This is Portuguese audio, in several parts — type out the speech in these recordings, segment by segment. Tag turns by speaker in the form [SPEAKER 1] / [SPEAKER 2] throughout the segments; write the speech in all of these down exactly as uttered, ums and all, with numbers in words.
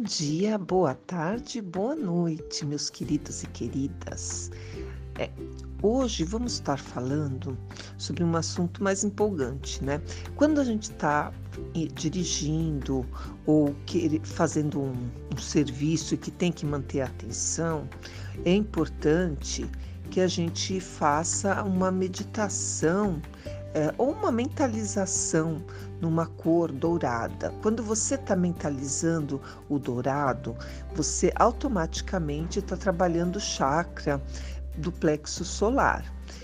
[SPEAKER 1] dia, boa tarde, boa noite, meus queridos e queridas. É, hoje vamos estar falando sobre um assunto mais empolgante, né? Quando a gente está dirigindo ou que, fazendo um, um serviço que tem que manter a atenção, é importante que a gente faça uma meditação É, ou uma mentalização numa cor dourada. Quando você está mentalizando o dourado, você automaticamente está trabalhando o chakra do plexo solar.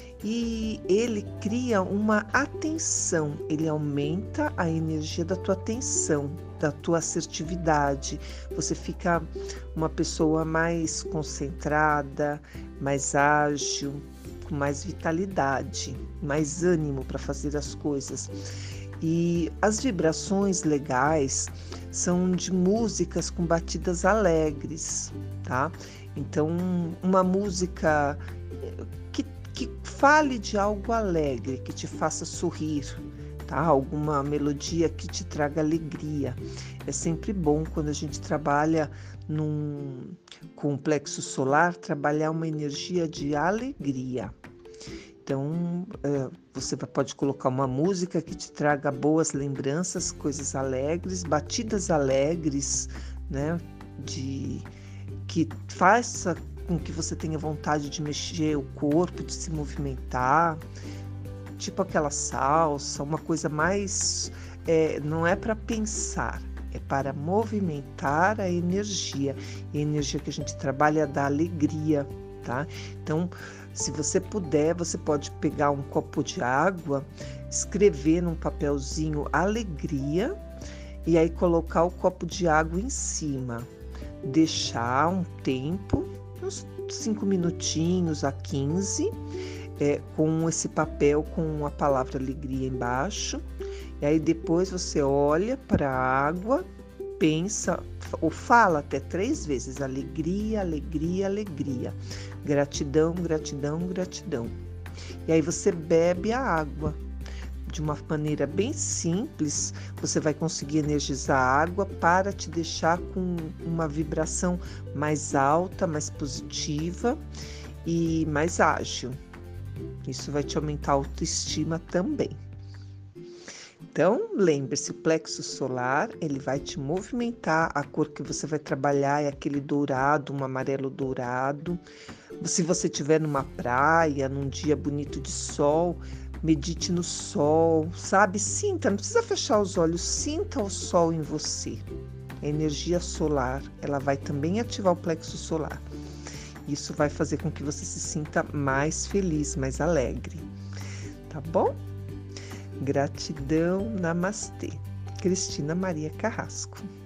[SPEAKER 1] E ele cria uma atenção, ele aumenta a energia da tua atenção, da tua assertividade. Você fica uma pessoa mais concentrada, mais ágil, com mais vitalidade, mais ânimo para fazer as coisas. E as vibrações legais são de músicas com batidas alegres, tá? Então, uma música que, que fale de algo alegre, que te faça sorrir, tá? Alguma melodia que te traga alegria. É sempre bom quando a gente trabalha num, com o plexo solar, trabalhar uma energia de alegria. Então, você pode colocar uma música que te traga boas lembranças, coisas alegres, batidas alegres, né? De, que faça com que você tenha vontade de mexer o corpo, de se movimentar, tipo aquela salsa, uma coisa mais, é, não é para pensar, é para movimentar a energia. E a energia que a gente trabalha é da alegria, tá? Então, se você puder, você pode pegar um copo de água, escrever num papelzinho alegria e aí colocar o copo de água em cima. Deixar um tempo, uns cinco minutinhos a quinze, é, com esse papel com a palavra alegria embaixo. E aí depois você olha para a água, pensa ou fala até três vezes: alegria, alegria, alegria, gratidão, gratidão, gratidão. E aí você bebe a água. De uma maneira bem simples, você vai conseguir energizar a água para te deixar com uma vibração mais alta, mais positiva e mais ágil. Isso vai te aumentar a autoestima também. Então, lembre-se, o plexo solar, ele vai te movimentar, a cor que você vai trabalhar é aquele dourado, um amarelo dourado. Se você estiver numa praia, num dia bonito de sol, medite no sol, sabe? Sinta, não precisa fechar os olhos, sinta o sol em você. A energia solar, ela vai também ativar o plexo solar. Isso vai fazer com que você se sinta mais feliz, mais alegre, tá bom? Gratidão, namastê. Cristina Maria Carrasco.